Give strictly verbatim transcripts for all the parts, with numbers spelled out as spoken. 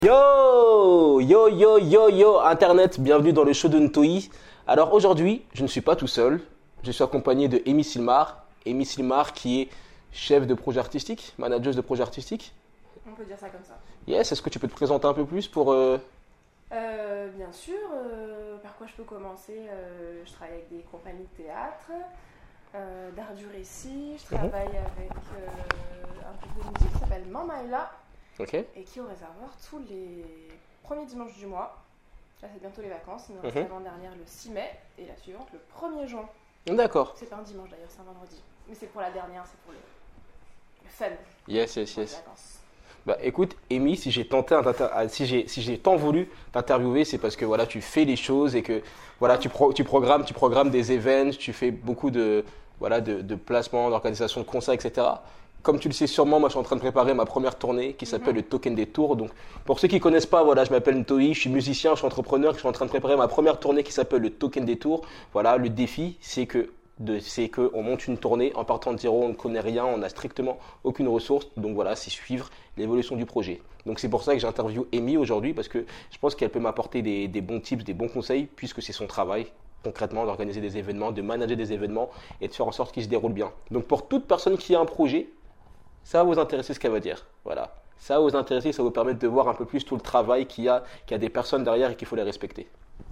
Yo, yo, yo, yo, yo, Internet, bienvenue dans le show de Ntoi. Alors aujourd'hui, je ne suis pas tout seul, je suis accompagné de Amy Silmar. Amy Silmar qui est chef de projet artistique, manageuse de projet artistique. On peut dire ça comme ça. Yes, est-ce que tu peux te présenter un peu plus pour... Euh... Euh, bien sûr, euh, par quoi je peux commencer euh, Je travaille avec des compagnies de théâtre, euh, d'art du récit, je travaille mm-hmm. avec euh, un groupe de musique qui s'appelle Mamaila. Okay. Et qui est au réservoir tous les premiers dimanches du mois. Là, c'est bientôt les vacances. Il nous reste mmh. l'avant-dernière le six mai et la suivante le premier juin. D'accord. C'est pas un dimanche d'ailleurs, c'est un vendredi. Mais c'est pour la dernière, c'est pour le, le fun. Yes, yes, yes. Les vacances. Bah écoute, Amy, si j'ai tenté, un, si j'ai, si j'ai tant voulu t'interviewer, c'est parce que voilà, tu fais les choses et que voilà, tu, pro, tu programmes, tu programmes des events, tu fais beaucoup de voilà de, de placements, d'organisation de concerts, et cetera. Comme tu le sais sûrement, moi je suis en train de préparer ma première tournée qui s'appelle mm-hmm. le Token des Tours. Donc pour ceux qui ne connaissent pas, voilà, je m'appelle Ntoi, je suis musicien, je suis entrepreneur, je suis en train de préparer ma première tournée qui s'appelle le Token des Tours. Voilà, le défi, c'est que de, c'est qu'on monte une tournée en partant de zéro, on ne connaît rien, on n'a strictement aucune ressource. Donc voilà, c'est suivre l'évolution du projet. Donc c'est pour ça que j'interviewe Amy aujourd'hui parce que je pense qu'elle peut m'apporter des, des bons tips, des bons conseils puisque c'est son travail. Concrètement, d'organiser des événements, de manager des événements et de faire en sorte qu'ils se déroulent bien. Donc pour toute personne qui a un projet, ça va vous intéresser ce qu'elle va dire. Voilà. Ça va vous intéresser, ça va vous permettre de voir un peu plus tout le travail qu'il y a, qu'il y a des personnes derrière et qu'il faut les respecter.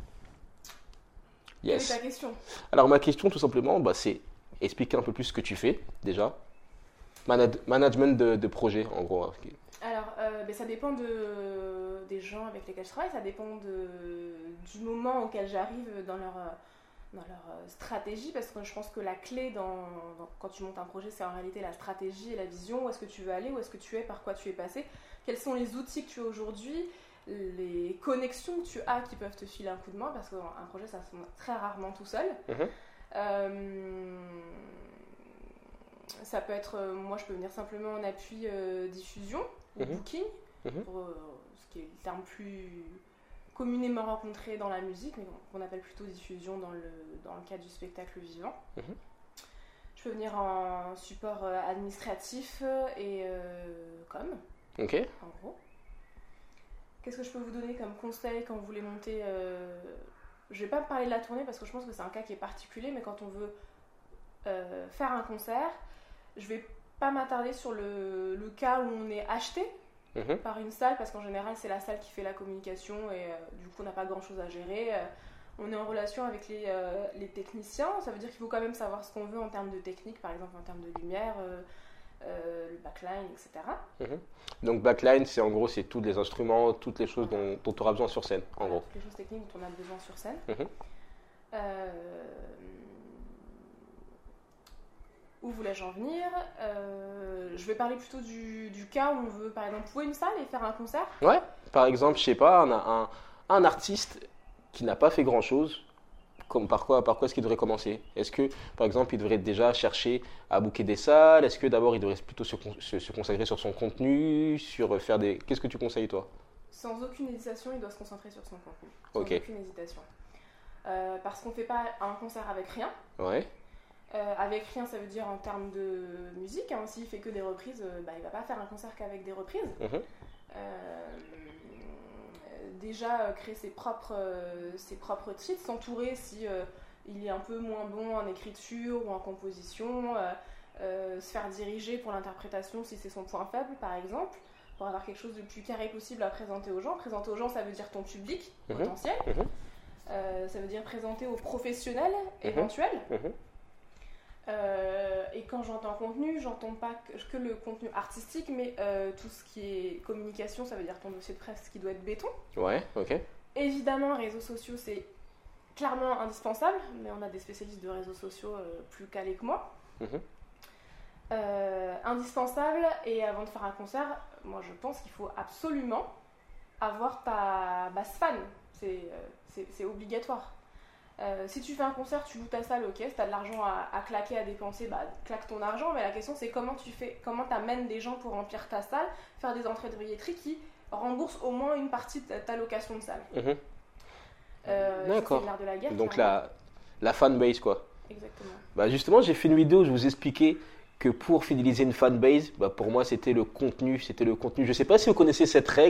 Yes. Quelle est ta question ? Alors ma question tout simplement, bah, c'est expliquer un peu plus ce que tu fais déjà. Manad- management de, de projet en gros. Alors euh, ben, ça dépend de, des gens avec lesquels je travaille, ça dépend de, du moment auquel j'arrive dans leur... dans leur stratégie, parce que je pense que la clé dans, dans, quand tu montes un projet, c'est en réalité la stratégie et la vision, où est-ce que tu veux aller, où est-ce que tu es, par quoi tu es passé, quels sont les outils que tu as aujourd'hui, les connexions que tu as qui peuvent te filer un coup de main, parce qu'un projet ça se monte très rarement tout seul. Mm-hmm. Euh, ça peut être, moi je peux venir simplement en appui euh, diffusion ou mm-hmm. booking, mm-hmm. pour euh, ce qui est le terme plus communément rencontré dans la musique, mais qu'on appelle plutôt diffusion dans le, dans le cadre du spectacle vivant. Mmh. Je peux venir en support administratif et euh, com, okay. en gros. Qu'est-ce que je peux vous donner comme conseil quand vous voulez monter euh... Je ne vais pas parler de la tournée parce que je pense que c'est un cas qui est particulier, mais quand on veut euh, faire un concert, je ne vais pas m'attarder sur le, le cas où on est acheté Mmh. par une salle, parce qu'en général c'est la salle qui fait la communication et euh, du coup on n'a pas grand chose à gérer. Euh, on est en relation avec les, euh, les techniciens, ça veut dire qu'il faut quand même savoir ce qu'on veut en termes de technique, par exemple en termes de lumière, euh, euh, le backline, et cetera. Mmh. Donc backline, c'est en gros c'est tous les instruments, toutes les choses dont, dont tu auras besoin sur scène, en voilà, gros. Toutes les choses techniques dont on a besoin sur scène. Mmh. Euh, Où voulais-je en venir euh, Je vais parler plutôt du, du cas où on veut, par exemple, louer une salle et faire un concert. Ouais, par exemple, je sais pas, on a un, un artiste qui n'a pas fait grand-chose. Comme par quoi, par quoi est-ce qu'il devrait commencer ? Est-ce que, par exemple, il devrait déjà chercher à booker des salles ? Est-ce que d'abord, il devrait plutôt se, se, se consacrer sur son contenu, sur faire des... Qu'est-ce que tu conseilles, toi ? Sans aucune hésitation, il doit se concentrer sur son contenu. Sans okay. aucune hésitation. Euh, parce qu'on ne fait pas un concert avec rien. Ouais. Euh, avec rien, ça veut dire en termes de musique. Hein, s'il fait que des reprises, euh, bah, il ne va pas faire un concert qu'avec des reprises. Mmh. Euh, déjà, euh, créer ses propres, euh, ses propres titres, s'entourer si euh, il est un peu moins bon en écriture ou en composition, euh, euh, se faire diriger pour l'interprétation si c'est son point faible, par exemple, pour avoir quelque chose de plus carré possible à présenter aux gens. Présenter aux gens, ça veut dire ton public mmh. potentiel. Mmh. Euh, ça veut dire présenter aux professionnels mmh. éventuels. Mmh. Euh, et quand j'entends contenu, j'entends pas que, que le contenu artistique, mais euh, tout ce qui est communication, ça veut dire ton dossier de presse qui doit être béton. Ouais, ok. Évidemment, réseaux sociaux, c'est clairement indispensable, mais on a des spécialistes de réseaux sociaux euh, plus calés que moi. Mmh. Euh, indispensable, et avant de faire un concert, moi je pense qu'il faut absolument avoir ta base fan, c'est, euh, c'est, c'est obligatoire. Euh, si tu fais un concert, tu loues ta salle, ok, si tu as de l'argent à, à claquer, à dépenser, bah claque ton argent, mais la question c'est comment tu fais, comment tu amènes des gens pour remplir ta salle, faire des entrées de billetterie qui remboursent au moins une partie de ta, ta location de salle. Mmh. Euh, D'accord. C'est l'art de la guerre. Donc la, la fanbase quoi. Exactement. Bah justement, j'ai fait une vidéo où je vous expliquais que pour fidéliser une fanbase, bah pour moi c'était le contenu, c'était le contenu. Je sais pas si vous connaissez cette règle,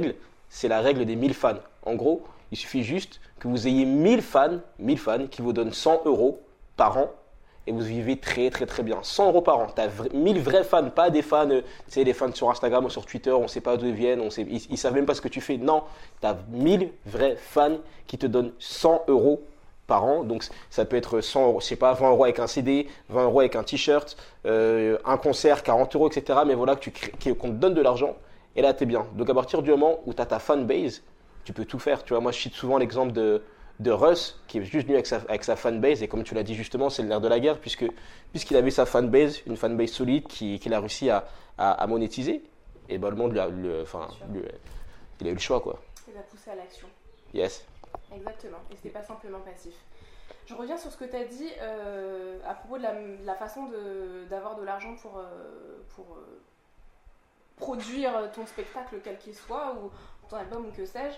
c'est la règle des mille fans. En gros, il suffit juste que vous ayez mille fans, mille fans qui vous donnent cent euros par an et vous vivez très très très bien. cent euros par an. Tu as mille vrais fans, pas des fans, euh, tu sais, des fans sur Instagram ou sur Twitter, on ne sait pas d'où ils viennent, on sait, ils ne savent même pas ce que tu fais. Non, tu as mille vrais fans qui te donnent cent euros par an. Donc ça peut être cent euros, je sais pas, vingt euros avec un C D, vingt euros avec un t-shirt, euh, un concert, quarante euros, et cetera. Mais voilà, que tu crées, qu'on te donne de l'argent et là tu es bien. Donc à partir du moment où tu as ta fanbase, tu peux tout faire. Tu vois, moi je cite souvent l'exemple de de Russ, qui est juste venu avec sa, avec sa fanbase, et comme tu l'as dit justement, c'est l'air de la guerre, puisque, puisqu'il avait sa fanbase, une fanbase solide qu'il qui a réussi à, à, à monétiser, et ben le monde lui a, lui, enfin, lui, il a eu le choix, quoi. Il va pousser à l'action. Yes. Exactement, et c'était pas simplement passif. Je reviens sur ce que tu as dit euh, à propos de la, de la façon de, d'avoir de l'argent pour, euh, pour euh, produire ton spectacle, quel qu'il soit, ou ton album, ou que sais-je.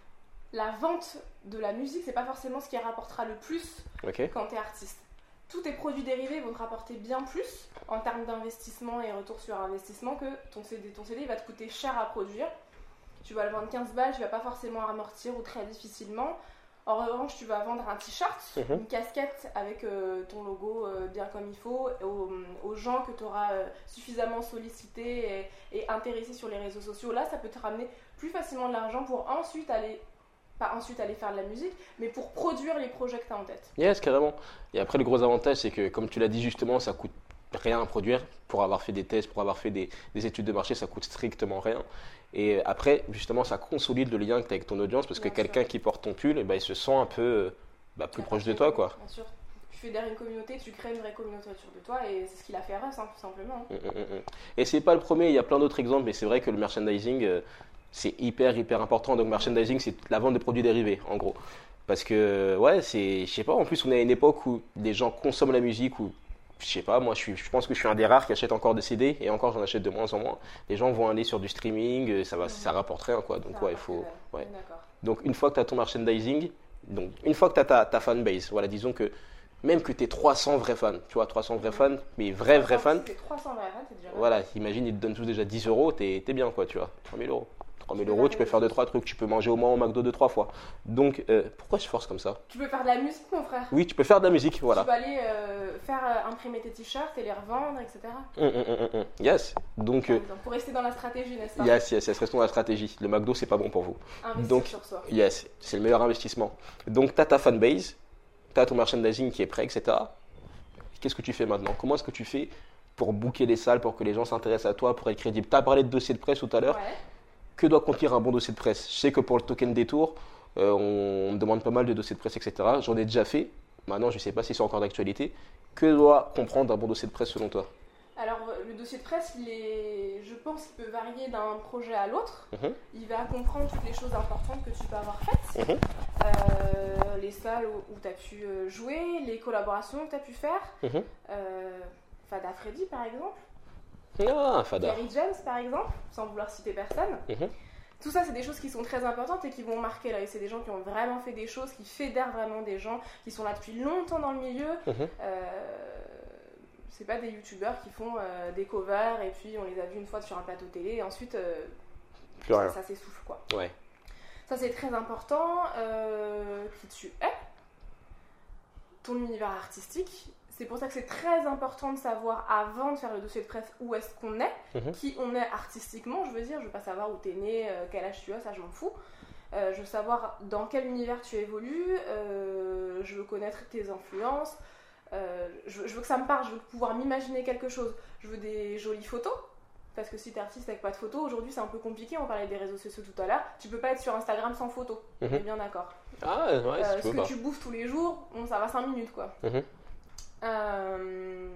La vente de la musique, c'est pas forcément ce qui rapportera le plus okay. quand tu es artiste. Tous tes produits dérivés vont te rapporter bien plus en termes d'investissement et retour sur investissement que ton C D. Ton C D il va te coûter cher à produire. Tu vas le vendre quinze balles, tu vas pas forcément amortir ou très difficilement. En revanche, tu vas vendre un t-shirt, mm-hmm. une casquette avec euh, ton logo euh, bien comme il faut, aux, aux gens que tu auras euh, suffisamment sollicités et, et intéressés sur les réseaux sociaux. Là, ça peut te ramener plus facilement de l'argent pour ensuite aller... pas ensuite aller faire de la musique, mais pour produire les projets que tu as en tête. Yes, carrément. Et après, le gros avantage, c'est que, comme tu l'as dit justement, ça coûte rien à produire. Pour avoir fait des tests, pour avoir fait des, des études de marché, ça coûte strictement rien. Et après, justement, ça consolide le lien que tu as avec ton audience, parce que bien quelqu'un sûr. Qui porte ton pull, eh ben, il se sent un peu bah, plus proche de toi, quoi. Bien sûr. Tu fédères une communauté, tu crées une vraie communauté autour de toi, et c'est ce qu'il a fait Russ, hein, tout simplement. Mmh, mmh, mmh. Et c'est pas le premier, il y a plein d'autres exemples, mais c'est vrai que le merchandising... Euh, c'est hyper, hyper important. Donc, merchandising, c'est la vente de produits dérivés, en gros. Parce que, ouais, c'est, je sais pas, en plus, on est à une époque où les gens consomment la musique, où, je sais pas, moi, je, suis, je pense que je suis un des rares qui achète encore des C D, et encore, j'en achète de moins en moins. Les gens vont aller sur du streaming, ça, va, ça rapporte rien, quoi. Donc, ouais, il faut. Ouais. Donc, une fois que tu as ton merchandising, donc, une fois que tu as ta, ta fanbase, voilà, disons que même que tu aies trois cents vrais fans, tu vois, trois cents vrais fans, mais vrais, vrais fans. Si trois cents vrais fans, c'est déjà voilà, imagine, ils te donnent tous déjà dix euros, t'es, t'es bien, quoi, tu vois, trois mille euros. trois mille euros, tu peux faire deux trois trucs, tu peux manger au moins au McDo deux trois fois. Donc, euh, pourquoi je force comme ça? Tu peux faire de la musique, mon frère. Oui, tu peux faire de la musique, voilà. Tu peux aller euh, faire euh, imprimer tes t-shirts et les revendre, et cetera. Mmh, mmh, mmh. Yes. Donc, euh, pour rester dans la stratégie, n'est-ce pas? Yes, yes, yes, restons dans la stratégie. Le McDo, c'est pas bon pour vous. Investir Donc, sur soi. Yes, c'est le meilleur investissement. Donc, tu as ta fanbase, tu as ton merchandising qui est prêt, et cetera. Qu'est-ce que tu fais maintenant? Comment est-ce que tu fais pour booker des salles, pour que les gens s'intéressent à toi, pour être crédible? Tu as parlé de dossier de presse tout à l'heure. Ouais. Que doit contenir un bon dossier de presse? Je sais que pour le token détour, euh, on me demande pas mal de dossiers de presse, et cetera. J'en ai déjà fait. Maintenant, je ne sais pas si c'est encore d'actualité. Que doit comprendre un bon dossier de presse selon toi? Alors, le dossier de presse, il est, je pense qu'il peut varier d'un projet à l'autre. Mmh. Il va comprendre toutes les choses importantes que tu peux avoir faites. Mmh. Euh, les salles où, où tu as pu jouer, les collaborations que tu as pu faire. Mmh. Euh, Fada Freddy, par exemple. Ah, Fada. Gary James, par exemple, sans vouloir citer personne. Mmh. Tout ça, c'est des choses qui sont très importantes et qui vont marquer là. Et c'est des gens qui ont vraiment fait des choses, qui fédèrent vraiment des gens, qui sont là depuis longtemps dans le milieu. Mmh. Euh, c'est pas des youtubeurs qui font euh, des covers et puis on les a vus une fois sur un plateau télé et ensuite euh, ça, ça s'essouffle, quoi. Ouais. Ça, c'est très important. Euh, qui tu es, ton univers artistique. C'est pour ça que c'est très important de savoir, avant de faire le dossier de presse, où est-ce qu'on est, mmh. qui on est artistiquement, je veux dire. Je veux pas savoir où t'es né, euh, quel âge tu as, ça je m'en fous. Euh, je veux savoir dans quel univers tu évolues. Euh, je veux connaître tes influences. Euh, je, je veux que ça me parle, je veux pouvoir m'imaginer quelque chose. Je veux des jolies photos. Parce que si t'es artiste avec pas de photos, aujourd'hui c'est un peu compliqué, on parlait des réseaux sociaux tout à l'heure. Tu peux pas être sur Instagram sans photos, mmh. on est bien d'accord. Ah ouais, ouais, euh, Ce que pas. Tu bouffes tous les jours, bon, ça va cinq minutes, quoi. Mmh. Euh,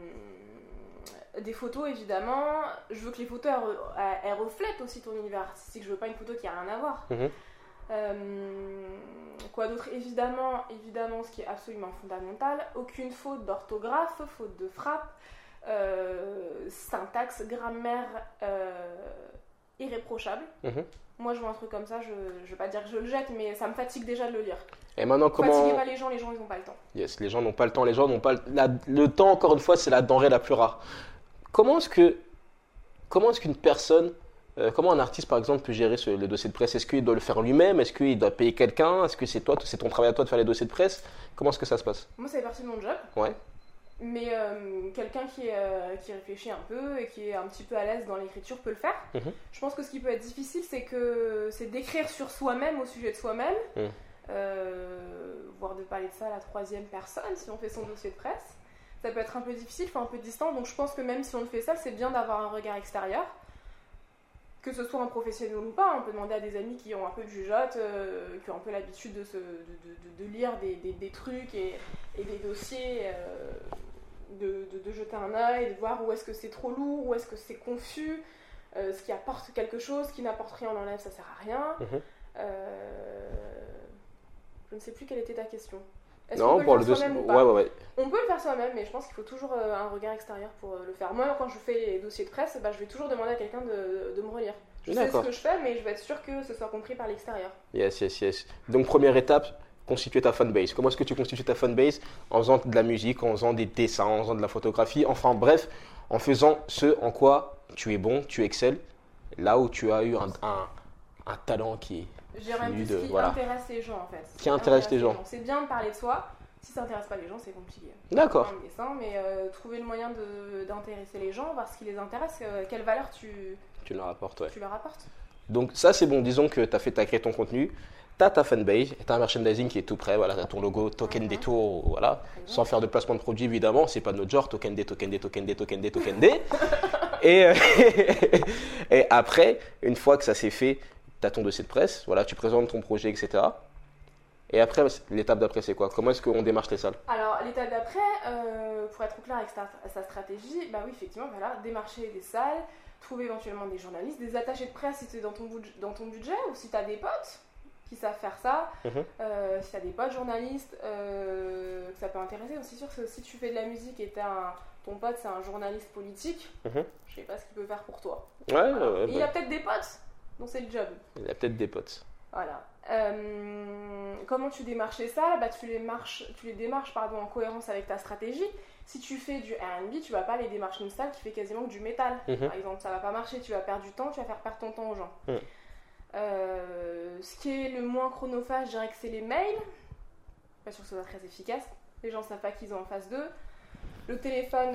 des photos, évidemment. Je veux que les photos elles, elles reflètent aussi ton univers artistique. Je veux pas une photo qui a rien à voir. Mmh. Euh, quoi d'autre? Évidemment, évidemment, ce qui est absolument fondamental, aucune faute d'orthographe, faute de frappe, euh, syntaxe, grammaire euh, irréprochable. Mmh. Moi, je vois un truc comme ça, je ne vais pas dire que je le jette, mais ça me fatigue déjà de le lire. Et maintenant, comment... Fatiguez pas les gens, les gens, ils n'ont pas le temps. Yes, les gens n'ont pas le temps, les gens n'ont pas le... La... le temps, encore une fois, c'est la denrée la plus rare. Comment est-ce que, comment est-ce qu'une personne Euh, comment un artiste, par exemple, peut gérer ce, le dossier de presse? Est-ce qu'il doit le faire lui-même? Est-ce qu'il doit payer quelqu'un? Est-ce que c'est toi, c'est ton travail à toi de faire les dossiers de presse? Comment est-ce que ça se passe? Moi, ça fait partie de mon job. Ouais. Mais euh, quelqu'un qui, euh, qui réfléchit un peu et qui est un petit peu à l'aise dans l'écriture peut le faire. Mmh. Je pense que ce qui peut être difficile, c'est que c'est d'écrire sur soi-même, au sujet de soi-même, mmh. euh, voire de parler de ça à la troisième personne si on fait son dossier de presse. Ça peut être un peu difficile, enfin un peu distant. Donc je pense que même si on le fait seul, c'est bien d'avoir un regard extérieur. Que ce soit un professionnel ou pas, on peut demander à des amis qui ont un peu de jugeote, euh, qui ont un peu l'habitude de, se, de, de, de lire des, des, des trucs et, et des dossiers, euh, de, de, de jeter un œil, de voir où est-ce que c'est trop lourd, où est-ce que c'est confus, euh, ce qui apporte quelque chose, ce qui n'apporte rien, on l'enlève, ça sert à rien. Mmh. Euh, je ne sais plus quelle était ta question. Est-ce non, pour le dossier, ouais, ouais, ouais. On peut le faire soi-même, mais je pense qu'il faut toujours euh, un regard extérieur pour euh, le faire. Moi, quand je fais les dossiers de presse, bah, je vais toujours demander à quelqu'un de, de me relire. Je sais ce que je fais, mais je vais être sûre que ce soit compris par l'extérieur. Yes, yes, yes. Donc, première étape, constituer ta fanbase. Comment est-ce que tu constitues ta fanbase? En faisant de la musique, en faisant des dessins, en faisant de la photographie, enfin bref, en faisant ce en quoi tu es bon, tu excelles, là où tu as eu un, un, un talent qui est... J'irais même plus ce qui voilà. intéresse les gens en fait. Qui intéresse, intéresse les gens. gens. C'est bien de parler de soi. Si ça n'intéresse pas les gens, c'est compliqué. D'accord. Un dessin, mais euh, trouver le moyen de, d'intéresser les gens, voir ce qui les intéresse, euh, quelle valeur tu, tu leur apportes. Ouais. Tu leur apportes. Donc ça c'est bon, disons que tu as fait, tu as créé ton contenu, tu as ta fanbase, tu as un merchandising qui est tout prêt, voilà, tu as ton logo, token des tours, voilà, sans faire de placement de produit évidemment, c'est pas de notre genre, token des, token des, token des, token des, token des. et, euh, et après, une fois que ça s'est fait, tu as ton dossier de presse, voilà, tu présentes ton projet, et cetera. Et après, l'étape d'après, c'est quoi? Comment est-ce qu'on démarche les salles? Alors, l'étape d'après, euh, pour être clair avec sa, sa stratégie, bah oui, effectivement, voilà, démarcher des salles, trouver éventuellement des journalistes, des attachés de presse si tu es dans ton, dans ton budget, ou si tu as des potes qui savent faire ça, mmh. euh, si tu as des potes journalistes, euh, que ça peut intéresser. Donc, c'est sûr que si tu fais de la musique et t'as ton pote, c'est un journaliste politique, mmh. je sais pas ce qu'il peut faire pour toi. Ouais, voilà. ouais, et bah. Il a peut-être des potes, donc c'est le job. Il a peut-être des potes. Voilà. Euh, comment tu démarches ça? Bah, tu les, marches, tu les démarches pardon, en cohérence avec ta stratégie. Si tu fais du R and B, tu vas pas aller démarcher une salle qui fait quasiment que du métal. Mmh. Par exemple, ça va pas marcher, tu vas perdre du temps, tu vas faire perdre ton temps aux gens. Mmh. Euh, ce qui est le moins chronophage, je dirais que c'est les mails. Pas sûr que ce soit très efficace. Les gens savent pas qu'ils ont en face d'eux. Le téléphone,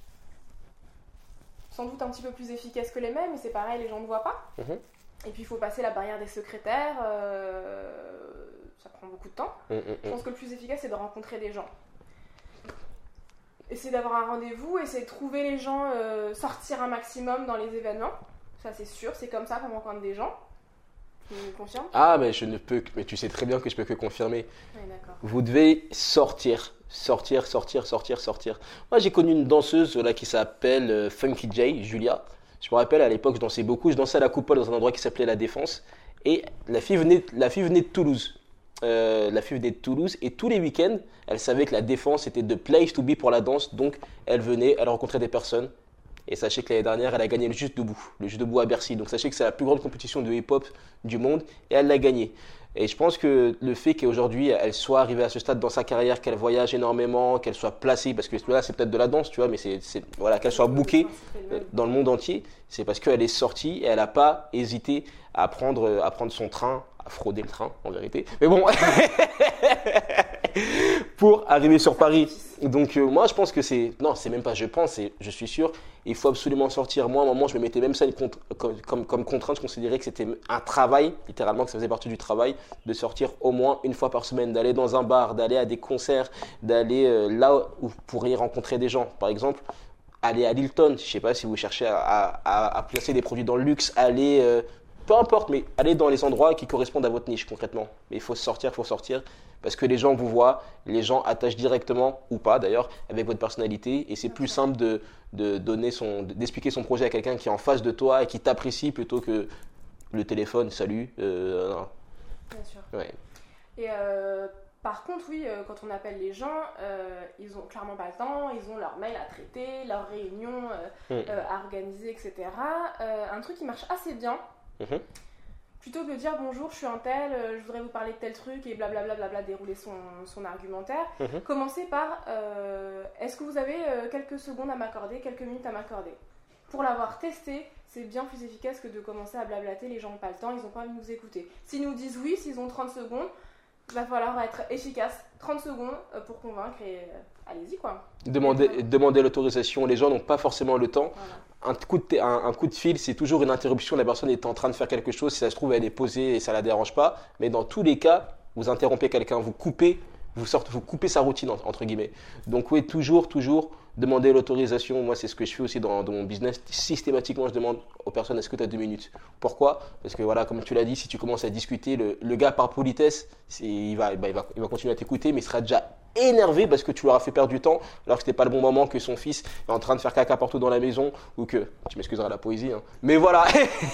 sans doute un petit peu plus efficace que les mails, mais c'est pareil, les gens ne voient pas. Mmh. Et puis il faut passer la barrière des secrétaires, euh, ça prend beaucoup de temps. Mmh, mmh, Je pense que le plus efficace c'est de rencontrer des gens. Essayer d'avoir un rendez-vous, essayer de trouver les gens, euh, sortir un maximum dans les événements. Ça c'est sûr, c'est comme ça qu'on rencontre des gens. Tu me confirmes? Ah mais je ne peux que, mais tu sais très bien que je peux que confirmer. Oui, d'accord. Vous devez sortir. Sortir, sortir, sortir, sortir. Moi j'ai connu une danseuse là, qui s'appelle euh, Funky J, Julia. Je me rappelle, à l'époque, je dansais beaucoup. Je dansais à la coupole dans un endroit qui s'appelait La Défense. Et la fille venait, la fille venait de Toulouse. Euh, la fille venait de Toulouse. Et tous les week-ends, elle savait que La Défense était the place to be pour la danse. Donc, elle venait, elle rencontrait des personnes. Et sachez que l'année dernière, elle a gagné le Juste Debout. Le Juste Debout à Bercy. Donc, sachez que c'est la plus grande compétition de hip-hop du monde. Et elle l'a gagné. Et je pense que le fait qu'aujourd'hui, elle soit arrivée à ce stade dans sa carrière, qu'elle voyage énormément, qu'elle soit placée, parce que là, c'est peut-être de la danse, tu vois, mais c'est, c'est voilà, qu'elle soit bookée dans le monde entier, c'est parce qu'elle est sortie et elle n'a pas hésité à prendre, à prendre son train, à frauder le train, en vérité. Mais bon, pour arriver sur Paris. Donc euh, moi, je pense que c'est, non, c'est même pas, je pense, c'est, je suis sûr, il faut absolument sortir. Moi, à un moment, je me mettais même ça une contre, comme, comme, comme contrainte, je considérais que c'était un travail, littéralement, que ça faisait partie du travail, de sortir au moins une fois par semaine, d'aller dans un bar, d'aller à des concerts, d'aller euh, là où vous pourriez rencontrer des gens. Par exemple, aller à Hilton, je ne sais pas si vous cherchez à, à, à placer des produits dans le luxe, aller, euh, peu importe, mais aller dans les endroits qui correspondent à votre niche concrètement. Mais il faut sortir, il faut sortir, parce que les gens vous voient, les gens attachent directement, ou pas d'ailleurs, avec votre personnalité, et c'est plus simple de, de donner son, d'expliquer son projet à quelqu'un qui est en face de toi et qui t'apprécie plutôt que le téléphone, salut. Euh, Bien sûr. Ouais. Et euh, par contre, oui, euh, quand on appelle les gens, euh, ils ont clairement pas le temps, ils ont leur mail à traiter, leurs réunions euh, mmh. euh, à organiser, et cetera. Euh, un truc qui marche assez bien, mmh. plutôt que de dire bonjour, je suis un tel, euh, je voudrais vous parler de tel truc et blablabla, bla, bla, bla, dérouler son, son argumentaire, mmh. commencez par euh, est-ce que vous avez euh, quelques secondes à m'accorder, quelques minutes à m'accorder? Pour l'avoir testé, c'est bien plus efficace que de commencer à blablater. Les gens n'ont pas le temps, ils n'ont pas envie de nous écouter. S'ils nous disent oui, s'ils ont trente secondes, il va falloir être efficace. trente secondes pour convaincre et euh, allez-y quoi. Demander, demander l'autorisation, les gens n'ont pas forcément le temps. Voilà. Un coup, de, un, un coup de fil, c'est toujours une interruption. La personne est en train de faire quelque chose. Si ça se trouve, elle est posée et ça ne la dérange pas. Mais dans tous les cas, vous interrompez quelqu'un, vous coupez, vous, sortez, vous coupez sa routine, entre guillemets. Donc oui, toujours, toujours demander l'autorisation. Moi, c'est ce que je fais aussi dans, dans mon business. Systématiquement, je demande aux personnes, est-ce que tu as deux minutes? Pourquoi? Parce que voilà, comme tu l'as dit, si tu commences à discuter, le, le gars, par politesse, il va, bah, il, va, il va continuer à t'écouter, mais il sera déjà énervé parce que tu leur as fait perdre du temps alors que c'était pas le bon moment, que son fils est en train de faire caca partout dans la maison ou que, tu m'excuseras la poésie, hein, mais voilà.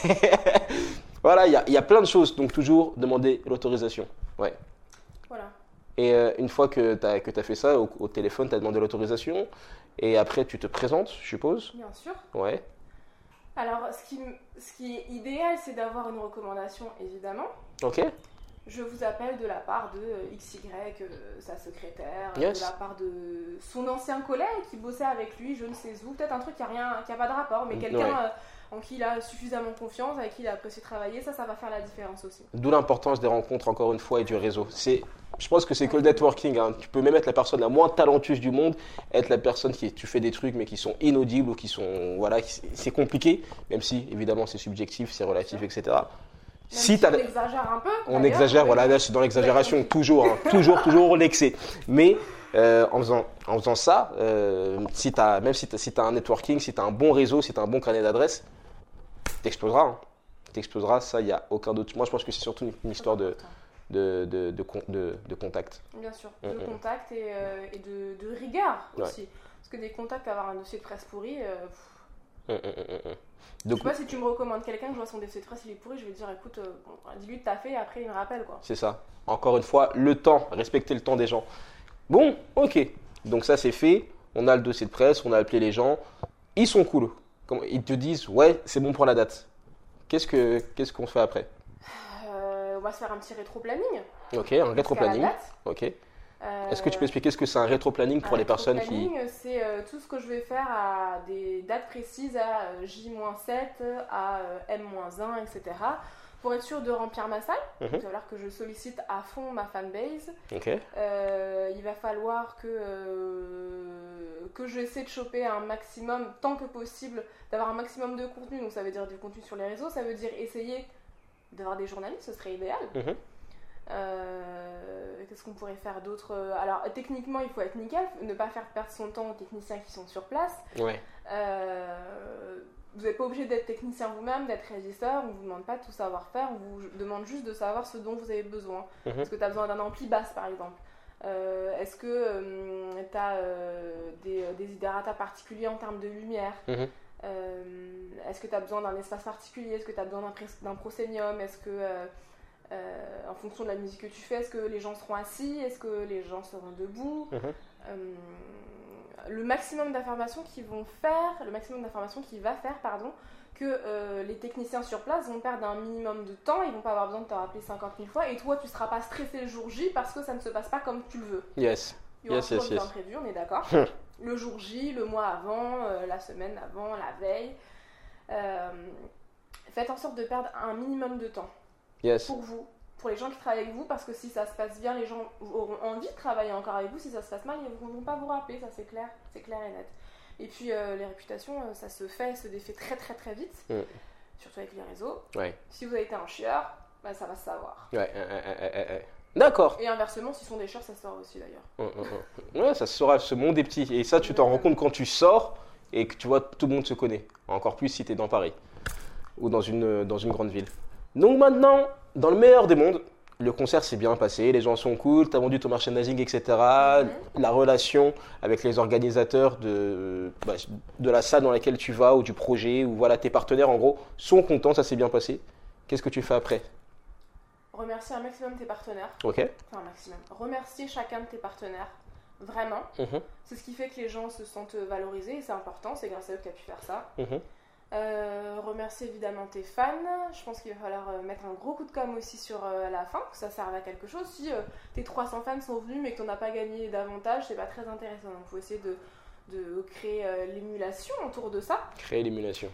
Voilà, il y, y a plein de choses, donc toujours demander l'autorisation. Ouais. Voilà. Et euh, une fois que tu as que t'as fait ça, au, au téléphone, tu as demandé l'autorisation et après tu te présentes, je suppose. Bien sûr. Ouais. Alors, ce qui, ce qui est idéal, c'est d'avoir une recommandation, évidemment. Ok. Je vous appelle de la part de X Y, euh, sa secrétaire, Yes. de la part de son ancien collègue qui bossait avec lui, je ne sais où, peut-être un truc qui n'a rien, qui a pas de rapport, mais quelqu'un Ouais. euh, en qui il a suffisamment confiance, avec qui il a apprécié travailler, ça, ça va faire la différence aussi. D'où l'importance des rencontres, encore une fois, et du réseau. C'est, je pense que c'est que le networking. Hein. Tu peux même être la personne la moins talentueuse du monde, être la personne qui, tu fais des trucs mais qui sont inaudibles ou qui sont, voilà, qui- c'est compliqué, même si évidemment c'est subjectif, c'est relatif, et cetera. Même Si si t'as- on exagère un peu. On d'ailleurs, exagère, oui. voilà, là je suis dans l'exagération, toujours, hein, toujours, toujours l'excès. Mais euh, en, faisant, en faisant ça, euh, si t'as, même si tu as si t'as un networking, si tu as un bon réseau, si tu as un bon carnet d'adresses, t'exploseras. Hein. T'exploseras, ça, il n'y a aucun doute. Moi, je pense que c'est surtout une, une histoire de, de, de, de, con- de, de contact. Bien sûr, Mm, de mm. contact et, euh, et de, de rigueur Ouais. aussi. Parce que des contacts, avoir un dossier de presse pourri, euh, pff, Hum, hum, hum, hum. je Donc, sais pas, si tu me recommandes quelqu'un, que je vois son dossier de presse, il est pourri, je vais te dire, écoute, euh, bon, dis-lui que t'as fait et après il me rappelle quoi. c'est ça. Encore une fois, le temps, respecter le temps des gens. Bon, ok. Donc ça, c'est fait. On a le dossier de presse, on a appelé les gens. Ils sont cool. Comment- Ils te disent, ouais, c'est bon pour la date. Qu'est-ce que, qu'est-ce qu'on fait après? Euh, on va se faire un petit rétro-planning. Ok, un rétro-planning. Jusqu'à la date. Ok. Euh, Est-ce que tu peux expliquer ce que c'est un rétro-planning pour un les personnes qui… rétro-planning, c'est euh, tout ce que je vais faire à des dates précises, à euh, J sept, à euh, M un, et cetera. Pour être sûr de remplir ma salle. Mhm. Il va falloir que je sollicite à fond ma fanbase. Ok. Euh, il va falloir que, euh, que j'essaie de choper un maximum, tant que possible, d'avoir un maximum de contenu. Donc ça veut dire du contenu sur les réseaux, ça veut dire essayer d'avoir des journalistes, ce serait idéal. Mhm. Euh, Qu'est-ce qu'on pourrait faire d'autre? Alors techniquement il faut être nickel, ne pas faire perdre son temps aux techniciens qui sont sur place. Ouais. Euh, vous n'êtes pas obligé d'être technicien vous-même, d'être régisseur, on ne vous demande pas de tout savoir faire, on vous demande juste de savoir ce dont vous avez besoin. Mhm. Est-ce que tu as besoin d'un ampli basse par exemple? Euh, Est-ce que euh, tu as euh, des, des desiderata particuliers en termes de lumière? Mhm. Euh, Est-ce que tu as besoin d'un espace particulier? Est-ce que tu as besoin d'un pré- d'un proscenium? Est-ce que, euh, euh, en fonction de la musique que tu fais, est-ce que les gens seront assis? Est-ce que les gens seront debout? Mhm. Euh, le maximum d'informations qu'ils vont faire, le maximum d'informations qu'il va faire, pardon, que euh, les techniciens sur place vont perdre un minimum de temps, ils vont pas avoir besoin de te rappeler cinquante mille fois, et toi tu seras pas stressé le jour J parce que ça ne se passe pas comme tu le veux. Yes. Il y aura Yes, toujours yes, des yes. imprévus, on est d'accord. Le jour J, le mois avant, euh, la semaine avant, la veille. Euh, faites en sorte de perdre un minimum de temps Yes. pour vous, pour les gens qui travaillent avec vous, parce que si ça se passe bien, les gens auront envie de travailler encore avec vous. Si ça se passe mal, ils ne vont pas vous rappeler, ça c'est clair, c'est clair et net. Et puis euh, les réputations, euh, ça se fait, se défait très très très vite, Mm. surtout avec les réseaux. Ouais. Si vous avez été un chieur, bah, ça va se savoir. Ouais. euh, euh, euh, euh, euh. D'accord. Et inversement, s'ils sont des chieurs, ça se saura aussi d'ailleurs. Hum, hum, hum. Ouais, ça se saura, ce monde est petit. Et ça, tu t'en rends compte quand tu sors et que tu vois tout le monde se connaît. Encore plus si tu es dans Paris ou dans une, dans une grande ville. Donc maintenant, dans le meilleur des mondes, le concert s'est bien passé, les gens sont cool, tu as vendu ton merchandising, et cetera. Mhm. La relation avec les organisateurs de, bah, de la salle dans laquelle tu vas ou du projet, ou voilà, tes partenaires en gros, sont contents, ça s'est bien passé. Qu'est-ce que tu fais après? Remercier un maximum tes partenaires. Ok. Enfin, un maximum. Remercier chacun de tes partenaires. Vraiment. Mhm, C'est ce qui fait que les gens se sentent valorisés et c'est important. C'est grâce à eux que tu as pu faire ça. mhm. Euh, remercier évidemment tes fans. Je pense qu'il va falloir euh, mettre un gros coup de com' aussi sur euh, la fin, que ça serve à quelque chose. Si euh, tes trois cents fans sont venus mais que tu n'en as pas gagné davantage, c'est pas très intéressant. Donc il faut essayer de, de créer euh, l'émulation autour de ça. Créer l'émulation.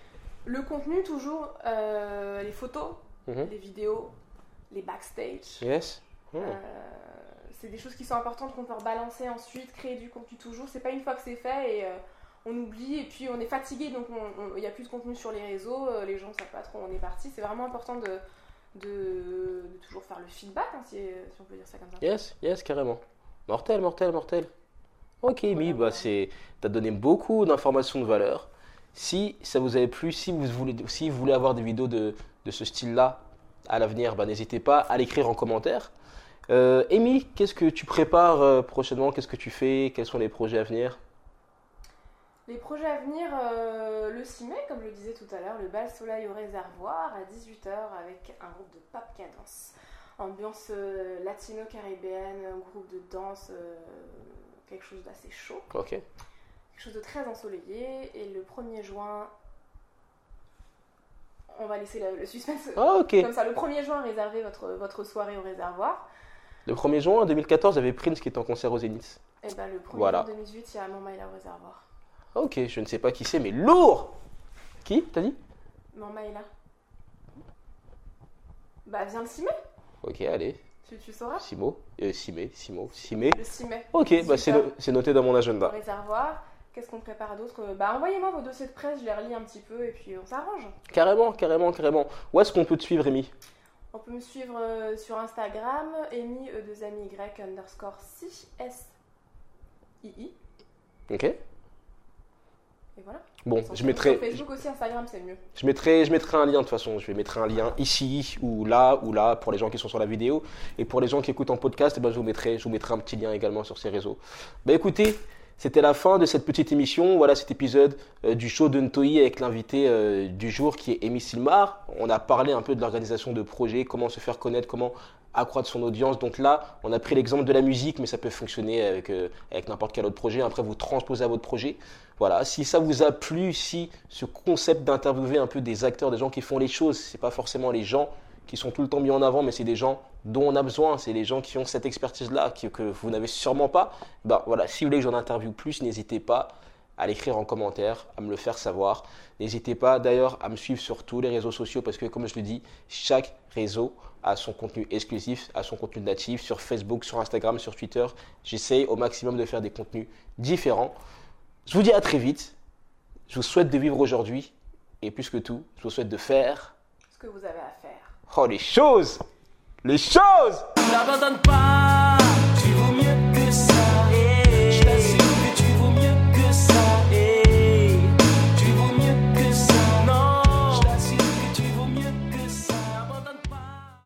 Le contenu, toujours, euh, les photos, Mhm. les vidéos, les backstage. Yes. Hmm. Euh, c'est des choses qui sont importantes qu'on peut rebalancer ensuite, créer du contenu toujours. C'est pas une fois que c'est fait et euh, on oublie et puis on est fatigué, donc il n'y a plus de contenu sur les réseaux, euh, les gens ne savent pas trop où on est parti. C'est vraiment important de, de, de toujours faire le feedback, hein, si, si on peut dire ça comme ça. Yes, yes, carrément. Mortel, mortel, mortel. Ok, Voilà, Mi, bah voilà. c'est, t'as donné beaucoup d'informations de valeur. Si ça vous avait plu, si vous voulez, si vous voulez avoir des vidéos de, de ce style-là à l'avenir, bah, n'hésitez pas à l'écrire en commentaire. Euh, Amy, qu'est-ce que tu prépares euh, prochainement? Qu'est-ce que tu fais? Quels sont les projets à venir? Les projets à venir, euh, le six mai, comme je le disais tout à l'heure, le bal soleil au réservoir à dix-huit heures avec un groupe de pop cadence. Ambiance euh, latino-caribéenne, un groupe de danse, euh, quelque chose d'assez chaud, Ok. quelque chose de très ensoleillé. Et le premier juin, on va laisser le, le suspense Ah, ok. comme ça. Le premier juin, réservez votre, votre soirée au réservoir. Le premier juin deux mille quatorze, il y avait Prince qui était en concert au Zénith. Et ben le premier Voilà. juin deux mille dix-huit, il y a Montmaïla au réservoir. Ok, je ne sais pas qui c'est, mais lourd! Qui, t'as dit? Montmaïla. Bah viens le six mai, Ok, allez. tu, tu sauras. Simo. Euh, Simé, Simo, Simé. Le six mai. Ok, bah c'est, no- c'est noté dans mon Au agenda. réservoir. Qu'est-ce qu'on prépare d'autre? Bah envoyez-moi vos dossiers de presse, je les relis un petit peu et puis on s'arrange. Carrément, carrément, carrément. Où est-ce qu'on peut te suivre, Rémi? On peut me suivre euh, sur Instagram, Amy E deux M Y underscore C S I I. Ok. Et voilà. Bon, Sur- je mettrai, Sur Facebook aussi, Instagram c'est mieux. je mettrai, je mettrai un lien de toute façon. Je vais mettre un lien ici ou là ou là pour les gens qui sont sur la vidéo et pour les gens qui écoutent en podcast, eh ben, je vous mettrai, je vous mettrai un petit lien également sur ces réseaux. Bah écoutez, c'était la fin de cette petite émission. Voilà cet épisode euh, du show de Ntoi avec l'invité euh, du jour qui est Amy Silmar. On a parlé un peu de l'organisation de projets, comment se faire connaître, comment accroître son audience. Donc là, on a pris l'exemple de la musique, mais ça peut fonctionner avec, euh, avec n'importe quel autre projet. Après, vous transposez à votre projet. Voilà, si ça vous a plu, si ce concept d'interviewer un peu des acteurs, des gens qui font les choses, c'est pas forcément les gens qui sont tout le temps mis en avant, mais c'est des gens dont on a besoin, c'est les gens qui ont cette expertise-là, qui- que vous n'avez sûrement pas. Ben voilà, si vous voulez que j'en interviewe plus, n'hésitez pas à l'écrire en commentaire, à me le faire savoir. N'hésitez pas d'ailleurs à me suivre sur tous les réseaux sociaux parce que comme je le dis, chaque réseau a son contenu exclusif, a son contenu natif, sur Facebook, sur Instagram, sur Twitter. J'essaye au maximum de faire des contenus différents. Je vous dis à très vite. Je vous souhaite de vivre aujourd'hui et plus que tout, je vous souhaite de faire Ce que vous avez à faire. oh les choses, les choses. N'abandonne pas.